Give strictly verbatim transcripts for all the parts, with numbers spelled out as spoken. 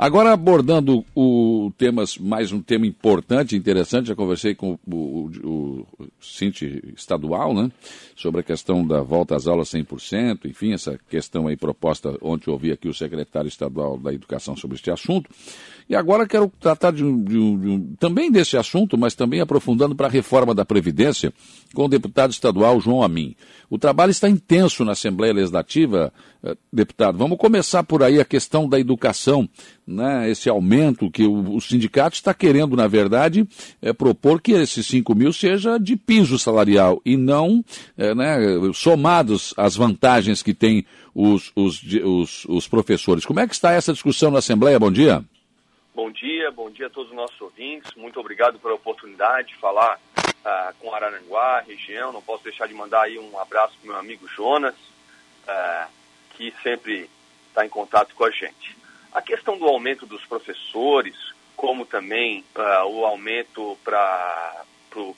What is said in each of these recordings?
Agora, abordando o temas, mais um tema importante, interessante, já conversei com o, o, o, o Cinti estadual, né, sobre a questão da volta às aulas cem por cento, enfim, essa questão aí proposta, ontem eu ouvi aqui o secretário estadual da Educação sobre este assunto. E agora quero tratar de um, de um, de um, também desse assunto, mas também aprofundando para a reforma da Previdência, com o deputado estadual João Amin. O trabalho está intenso na Assembleia Legislativa, eh, deputado. Vamos começar por aí a questão da educação, né? Esse aumento que o, o sindicato está querendo, na verdade, é propor que esses cinco mil seja de piso salarial e não é, né, somados às vantagens que têm os, os, os, os professores. Como é que está essa discussão na Assembleia? Bom dia. Bom dia, bom dia a todos os nossos ouvintes. Muito obrigado pela oportunidade de falar uh, com Araranguá, região. Não posso deixar de mandar aí um abraço para o meu amigo Jonas, uh, que sempre está em contato com a gente. A questão do aumento dos professores, como também uh, o aumento para pro,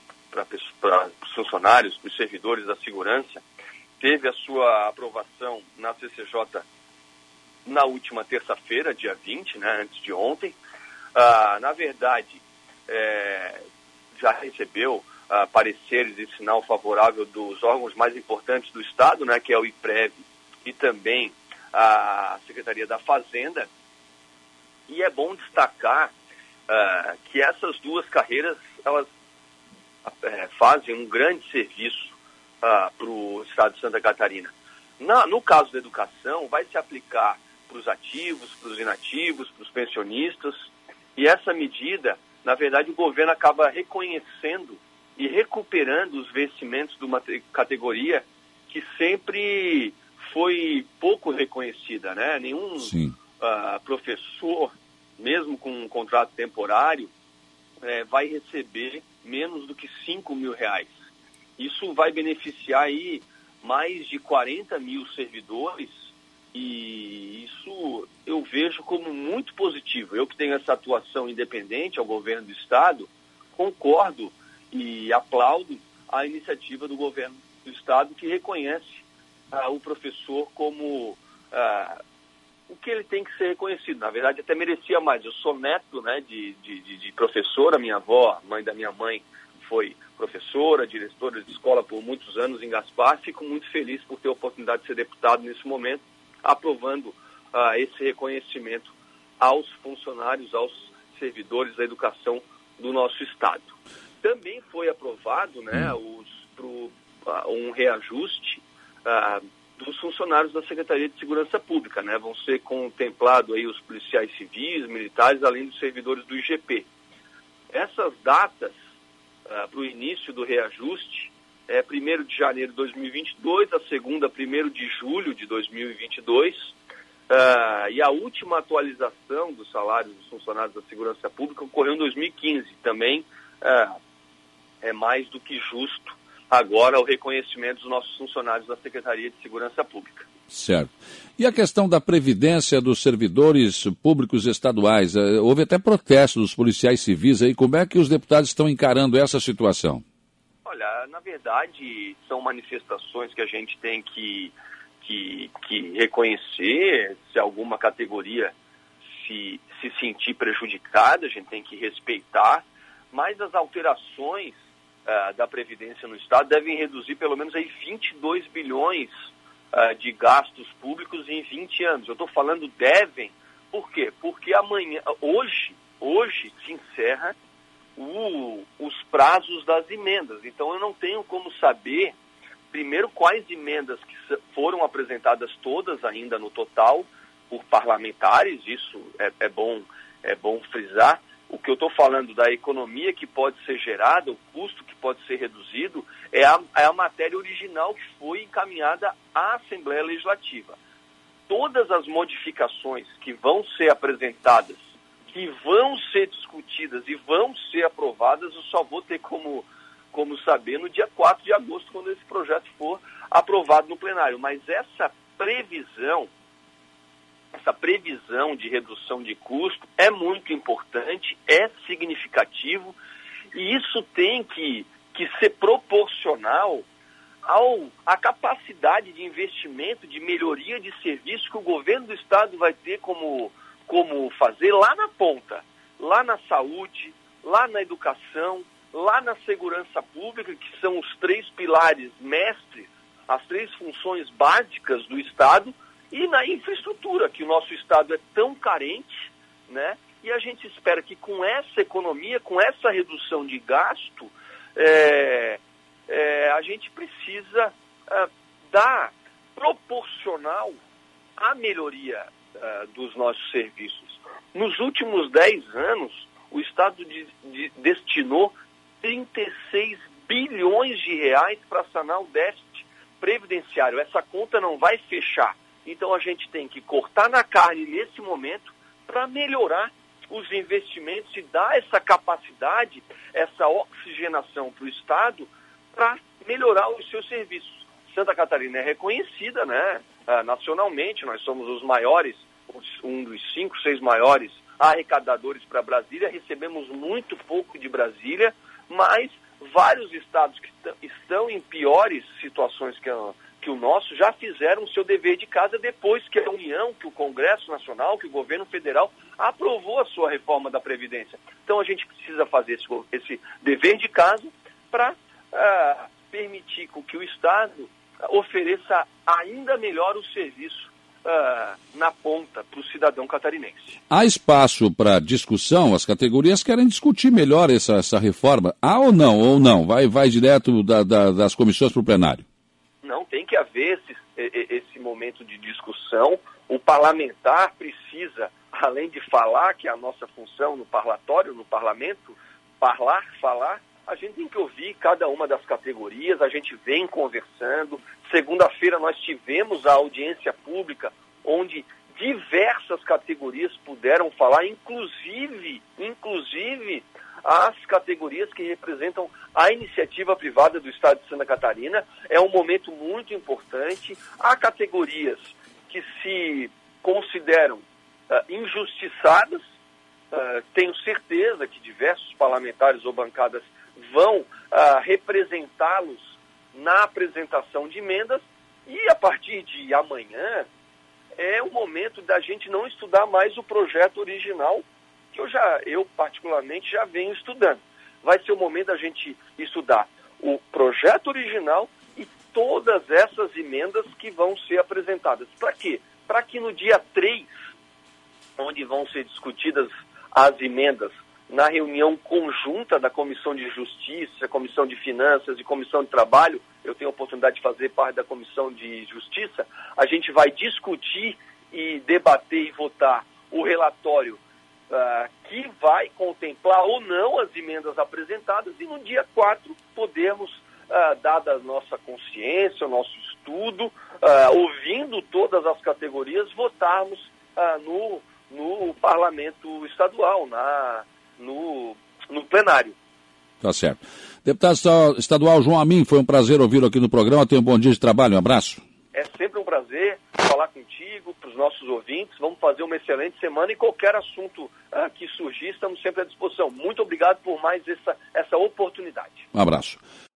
os funcionários, para os servidores da segurança, teve a sua aprovação na C C J na última terça-feira, dia vinte, né, antes de ontem. Uh, na verdade, é, já recebeu uh, pareceres e sinal favorável dos órgãos mais importantes do Estado, né, que é o IPREV e também a Secretaria da Fazenda. E é bom destacar uh, que essas duas carreiras, elas uh, fazem um grande serviço uh, para o Estado de Santa Catarina. Na, no caso da educação, vai se aplicar para os ativos, para os inativos, para os pensionistas. E essa medida, na verdade, o governo acaba reconhecendo e recuperando os vencimentos de uma categoria que sempre foi pouco reconhecida, né? Nenhum uh, professor, mesmo com um contrato temporário, eh, vai receber menos do que cinco mil reais. Isso vai beneficiar aí mais de quarenta mil servidores. E isso eu vejo como muito positivo. Eu que tenho essa atuação independente ao governo do Estado, concordo e aplaudo a iniciativa do governo do Estado que reconhece ah, o professor como ah, o que ele tem que ser reconhecido. Na verdade, até merecia mais. Eu sou neto, né, de, de, de professora, minha avó, mãe da minha mãe, foi professora, diretora de escola por muitos anos em Gaspar. Fico muito feliz por ter a oportunidade de ser deputado nesse momento, aprovando uh, esse reconhecimento aos funcionários, aos servidores da educação do nosso Estado. Também foi aprovado, né, os, pro, uh, um reajuste uh, dos funcionários da Secretaria de Segurança Pública, né? Vão ser contemplados aí os policiais civis, militares, além dos servidores do I G P. Essas datas uh, para o início do reajuste é primeiro de janeiro de dois mil e vinte e dois, a segunda, primeiro de julho de dois mil e vinte e dois, uh, e a última atualização dos salários dos funcionários da Segurança Pública ocorreu em dois mil e quinze. Também uh, é mais do que justo agora o reconhecimento dos nossos funcionários da Secretaria de Segurança Pública. Certo. E a questão da previdência dos servidores públicos estaduais? Uh, houve até protestos dos policiais civis aí. Como é que os deputados estão encarando essa situação? Olha, na verdade, são manifestações que a gente tem que, que, que reconhecer. Se alguma categoria se, se sentir prejudicada, a gente tem que respeitar. Mas as alterações uh, da Previdência no Estado devem reduzir pelo menos aí vinte e dois bilhões uh, de gastos públicos em vinte anos. Eu estou falando devem, por quê? Porque amanhã, hoje, hoje se encerra O, os prazos das emendas. Então eu não tenho como saber, primeiro, quais emendas que foram apresentadas todas ainda no total por parlamentares. Isso é, é, bom, é bom frisar. O que eu estou falando da economia que pode ser gerada, o custo que pode ser reduzido, é a, é a matéria original que foi encaminhada à Assembleia Legislativa. Todas as modificações que vão ser apresentadas, que vão ser discutidas e vão ser aprovadas, eu só vou ter como, como saber no dia quatro de agosto, quando esse projeto for aprovado no plenário. Mas essa previsão, essa previsão de redução de custo é muito importante, é significativo, e isso tem que, que ser proporcional ao, à capacidade de investimento, de melhoria de serviço que o governo do Estado vai ter como como fazer lá na ponta, lá na saúde, lá na educação, lá na segurança pública, que são os três pilares mestres, as três funções básicas do Estado, e na infraestrutura, que o nosso Estado é tão carente, né? E a gente espera que com essa economia, com essa redução de gasto, é, é, a gente precisa é, dar proporcional à melhoria é, dos nossos serviços. Nos últimos dez anos, o Estado de, de, destinou trinta e seis bilhões de reais para sanar o déficit previdenciário. Essa conta não vai fechar. Então a gente tem que cortar na carne nesse momento para melhorar os investimentos e dar essa capacidade, essa oxigenação para o Estado para melhorar os seus serviços. Santa Catarina é reconhecida, né, nacionalmente, nós somos os maiores, um dos cinco, seis maiores arrecadadores para Brasília, recebemos muito pouco de Brasília, mas vários estados que estão em piores situações que a que o nosso já fizeram o seu dever de casa depois que a União, que o Congresso Nacional, que o governo federal aprovou a sua reforma da Previdência. Então a gente precisa fazer esse, esse dever de casa para uh, permitir que o Estado ofereça ainda melhor o serviço uh, na ponta para o cidadão catarinense. Há espaço para discussão? As categorias querem discutir melhor essa, essa reforma. Há ou não? Ou não? Vai, vai direto da, da, das comissões para o plenário? Não, tem que haver esse, esse momento de discussão. O parlamentar precisa, além de falar, que é a nossa função no parlatório, no parlamento, parlar, falar, a gente tem que ouvir cada uma das categorias, a gente vem conversando. Segunda-feira nós tivemos a audiência pública, onde diversas categorias puderam falar, inclusive, inclusive as categorias que representam a iniciativa privada do Estado de Santa Catarina. É um momento muito importante. Há categorias que se consideram uh, injustiçadas. Uh, tenho certeza que diversos parlamentares ou bancadas vão uh, representá-los na apresentação de emendas. E a partir de amanhã é o momento da gente não estudar mais o projeto original, que eu, já, eu particularmente já venho estudando. Vai ser o momento da gente estudar o projeto original e todas essas emendas que vão ser apresentadas. Para quê? Para que no dia três, onde vão ser discutidas as emendas, na reunião conjunta da Comissão de Justiça, Comissão de Finanças e Comissão de Trabalho, eu tenho a oportunidade de fazer parte da Comissão de Justiça, a gente vai discutir e debater e votar o relatório Uh, que vai contemplar ou não as emendas apresentadas e no dia quatro podermos, uh, dada a nossa consciência, o nosso estudo, uh, ouvindo todas as categorias, votarmos uh, no, no parlamento estadual, na, no, no plenário. Tá certo. Deputado estadual João Amin, foi um prazer ouvi-lo aqui no programa. Tenha um bom dia de trabalho, um abraço. É sempre um prazer falar contigo, para os nossos ouvintes. Vamos fazer uma excelente semana e qualquer assunto ah, que surgir, estamos sempre à disposição. Muito obrigado por mais essa, essa oportunidade. Um abraço.